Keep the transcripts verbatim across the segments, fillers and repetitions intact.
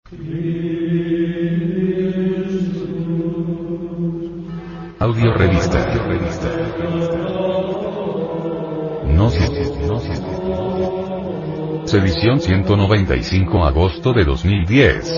Audio revista. Gnosis. Edición ciento noventa y cinco, agosto de dos mil diez.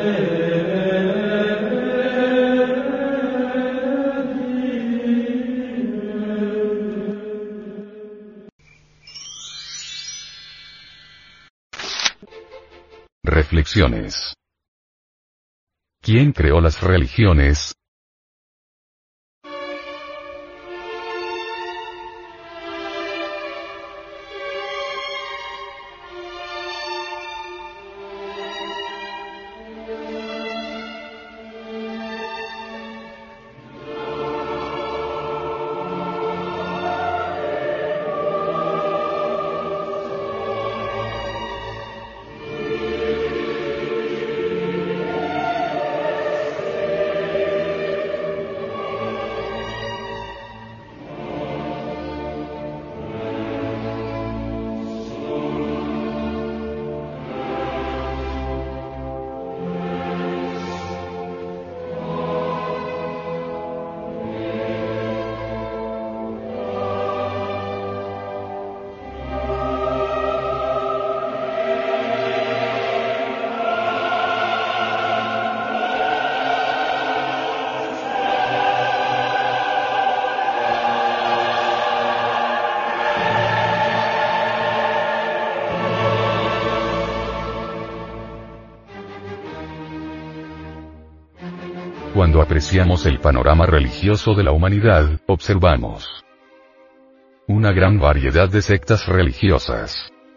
Reflexiones. ¿Quién creó las religiones? Cuando apreciamos el panorama religioso de la humanidad, observamos una gran variedad de sectas religiosas,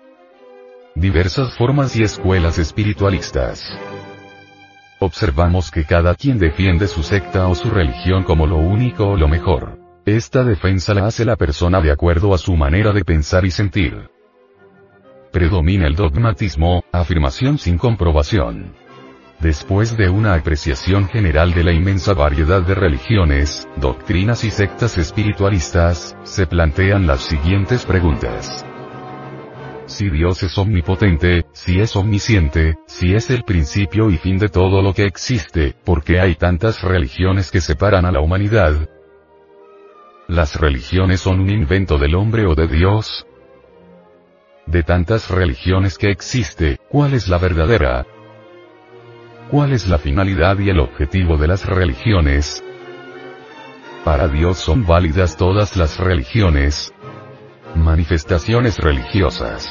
diversas formas y escuelas espiritualistas. Observamos que cada quien defiende su secta o su religión como lo único o lo mejor. Esta defensa la hace la persona de acuerdo a su manera de pensar y sentir. Predomina el dogmatismo, afirmación sin comprobación. Después de una apreciación general de la inmensa variedad de religiones, doctrinas y sectas espiritualistas, se plantean las siguientes preguntas. Si Dios es omnipotente, si es omnisciente, si es el principio y fin de todo lo que existe, ¿por qué hay tantas religiones que separan a la humanidad? ¿Las religiones son un invento del hombre o de Dios? De tantas religiones que existe, ¿cuál es la verdadera? ¿Cuál es la finalidad y el objetivo de las religiones? ¿Para Dios son válidas todas las religiones? Manifestaciones religiosas.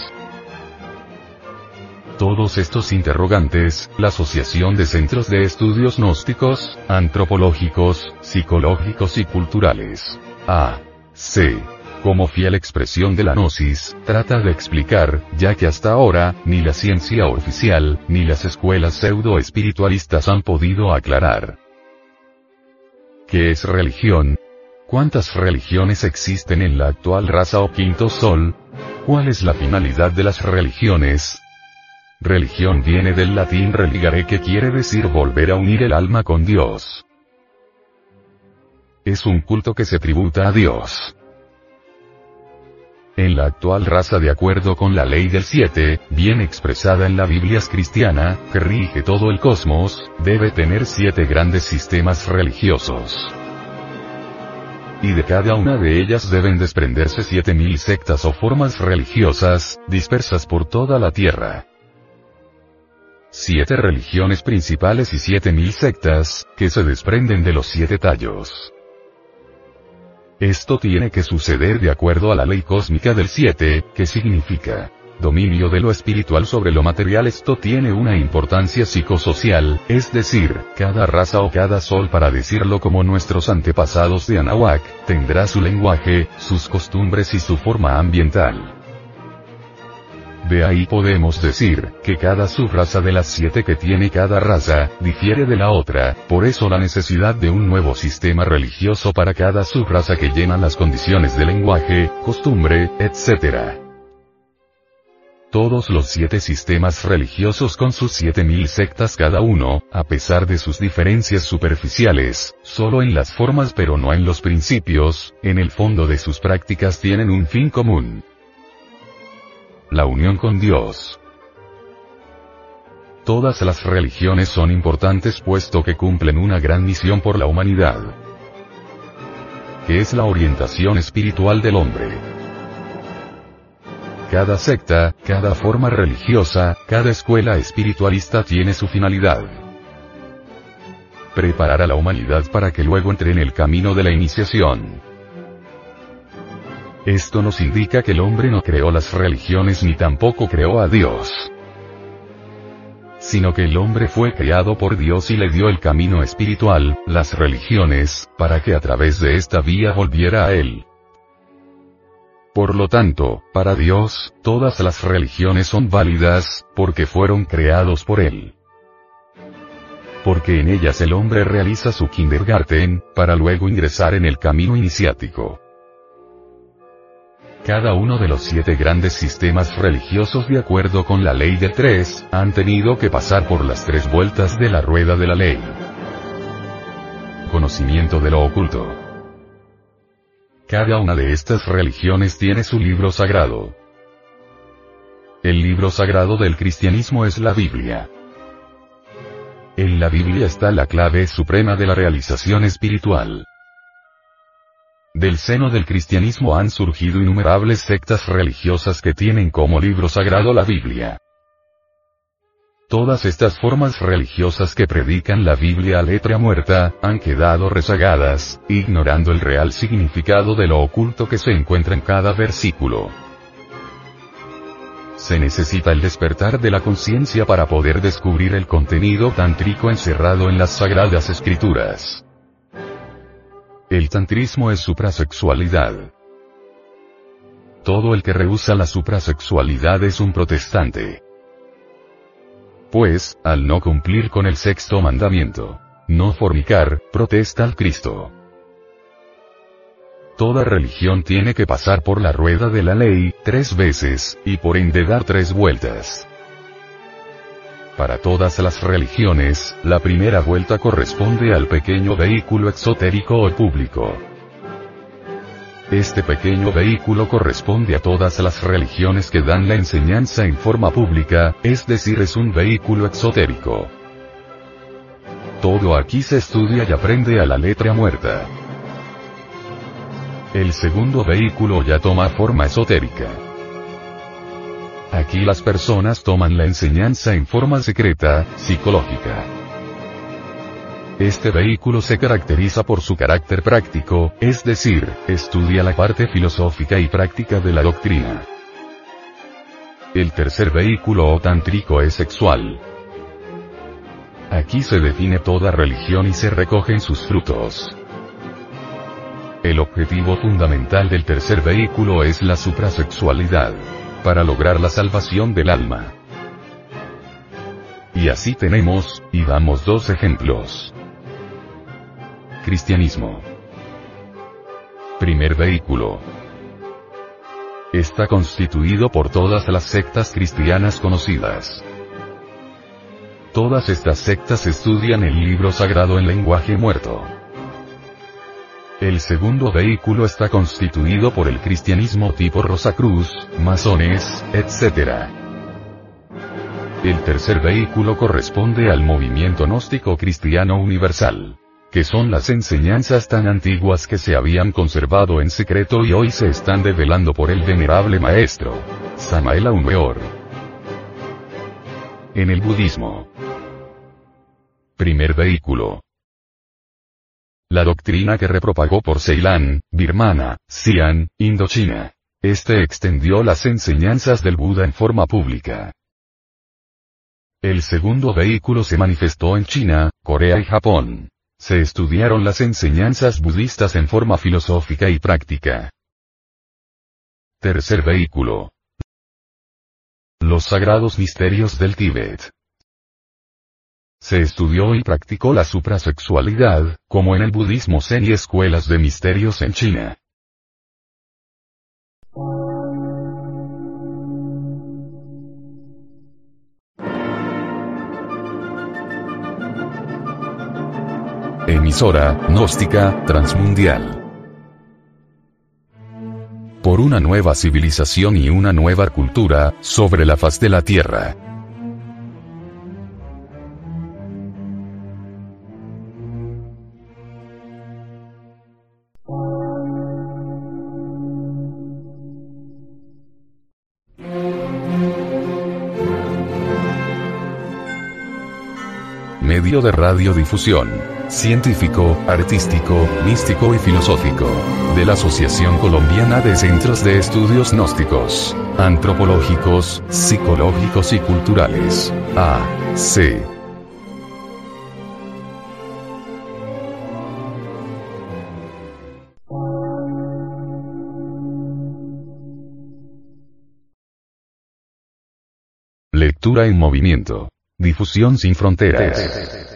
Todos estos interrogantes, la Asociación de Centros de Estudios Gnósticos, Antropológicos, Psicológicos y Culturales, A C, como fiel expresión de la Gnosis, trata de explicar, ya que hasta ahora, ni la ciencia oficial, ni las escuelas pseudo-espiritualistas han podido aclarar. ¿Qué es religión? ¿Cuántas religiones existen en la actual raza o quinto sol? ¿Cuál es la finalidad de las religiones? Religión viene del latín religare, que quiere decir volver a unir el alma con Dios. Es un culto que se tributa a Dios. En la actual raza, de acuerdo con la ley del siete, bien expresada en la Biblia cristiana, que rige todo el cosmos, debe tener siete grandes sistemas religiosos. Y de cada una de ellas deben desprenderse siete mil sectas o formas religiosas, dispersas por toda la tierra. Siete religiones principales y siete mil sectas, que se desprenden de los siete tallos. Esto tiene que suceder de acuerdo a la ley cósmica del siete, que significa dominio de lo espiritual sobre lo material. Esto tiene una importancia psicosocial, es decir, cada raza o cada sol, para decirlo como nuestros antepasados de Anahuac, tendrá su lenguaje, sus costumbres y su forma ambiental. De ahí podemos decir, que cada subraza de las siete que tiene cada raza, difiere de la otra, por eso la necesidad de un nuevo sistema religioso para cada subraza que llena las condiciones de lenguaje, costumbre, etcétera. Todos los siete sistemas religiosos con sus siete mil sectas cada uno, a pesar de sus diferencias superficiales, solo en las formas pero no en los principios, en el fondo de sus prácticas tienen un fin común: la unión con Dios. Todas las religiones son importantes puesto que cumplen una gran misión por la humanidad, que es la orientación espiritual del hombre. Cada secta, cada forma religiosa, cada escuela espiritualista tiene su finalidad: preparar a la humanidad para que luego entre en el camino de la iniciación. Esto nos indica que el hombre no creó las religiones ni tampoco creó a Dios, sino que el hombre fue creado por Dios y le dio el camino espiritual, las religiones, para que a través de esta vía volviera a Él. Por lo tanto, para Dios, todas las religiones son válidas, porque fueron creados por Él. Porque en ellas el hombre realiza su kindergarten, para luego ingresar en el camino iniciático. Cada uno de los siete grandes sistemas religiosos, de acuerdo con la ley de tres, han tenido que pasar por las tres vueltas de la rueda de la ley. Conocimiento de lo oculto. Cada una de estas religiones tiene su libro sagrado. El libro sagrado del cristianismo es la Biblia. En la Biblia está la clave suprema de la realización espiritual. Del seno del cristianismo han surgido innumerables sectas religiosas que tienen como libro sagrado la Biblia. Todas estas formas religiosas que predican la Biblia a letra muerta, han quedado rezagadas, ignorando el real significado de lo oculto que se encuentra en cada versículo. Se necesita el despertar de la conciencia para poder descubrir el contenido tántrico encerrado en las sagradas escrituras. El tantrismo es suprasexualidad. Todo el que rehúsa la suprasexualidad es un protestante. Pues, al no cumplir con el sexto mandamiento, no fornicar, protesta al Cristo. Toda religión tiene que pasar por la rueda de la ley, tres veces, y por ende dar tres vueltas. Para todas las religiones, la primera vuelta corresponde al pequeño vehículo exotérico o público. Este pequeño vehículo corresponde a todas las religiones que dan la enseñanza en forma pública, es decir, es un vehículo exotérico. Todo aquí se estudia y aprende a la letra muerta. El segundo vehículo ya toma forma esotérica. Aquí las personas toman la enseñanza en forma secreta, psicológica. Este vehículo se caracteriza por su carácter práctico, es decir, estudia la parte filosófica y práctica de la doctrina. El tercer vehículo o tántrico es sexual. Aquí se define toda religión y se recogen sus frutos. El objetivo fundamental del tercer vehículo es la suprasexualidad, para lograr la salvación del alma. Y así tenemos, y damos dos ejemplos. Cristianismo. Primer vehículo. Está constituido por todas las sectas cristianas conocidas. Todas estas sectas estudian el libro sagrado en lenguaje muerto. El segundo vehículo está constituido por el cristianismo tipo Rosacruz, masones, etcétera. El tercer vehículo corresponde al movimiento gnóstico cristiano universal, que son las enseñanzas tan antiguas que se habían conservado en secreto y hoy se están develando por el venerable maestro, Samael Aun Weor. En el budismo. Primer vehículo. La doctrina que repropagó por Ceilán, Birmana, Xi'an, Indochina. Este extendió las enseñanzas del Buda en forma pública. El segundo vehículo se manifestó en China, Corea y Japón. Se estudiaron las enseñanzas budistas en forma filosófica y práctica. Tercer vehículo. Los sagrados misterios del Tíbet. Se estudió y practicó la suprasexualidad, como en el budismo zen y escuelas de misterios en China. Emisora gnóstica transmundial. Por una nueva civilización y una nueva cultura, sobre la faz de la Tierra. medio de radiodifusión, científico, artístico, místico y filosófico, de la Asociación Colombiana de Centros de Estudios Gnósticos, Antropológicos, Psicológicos y Culturales, A C Lectura en movimiento. Difusión sin fronteras.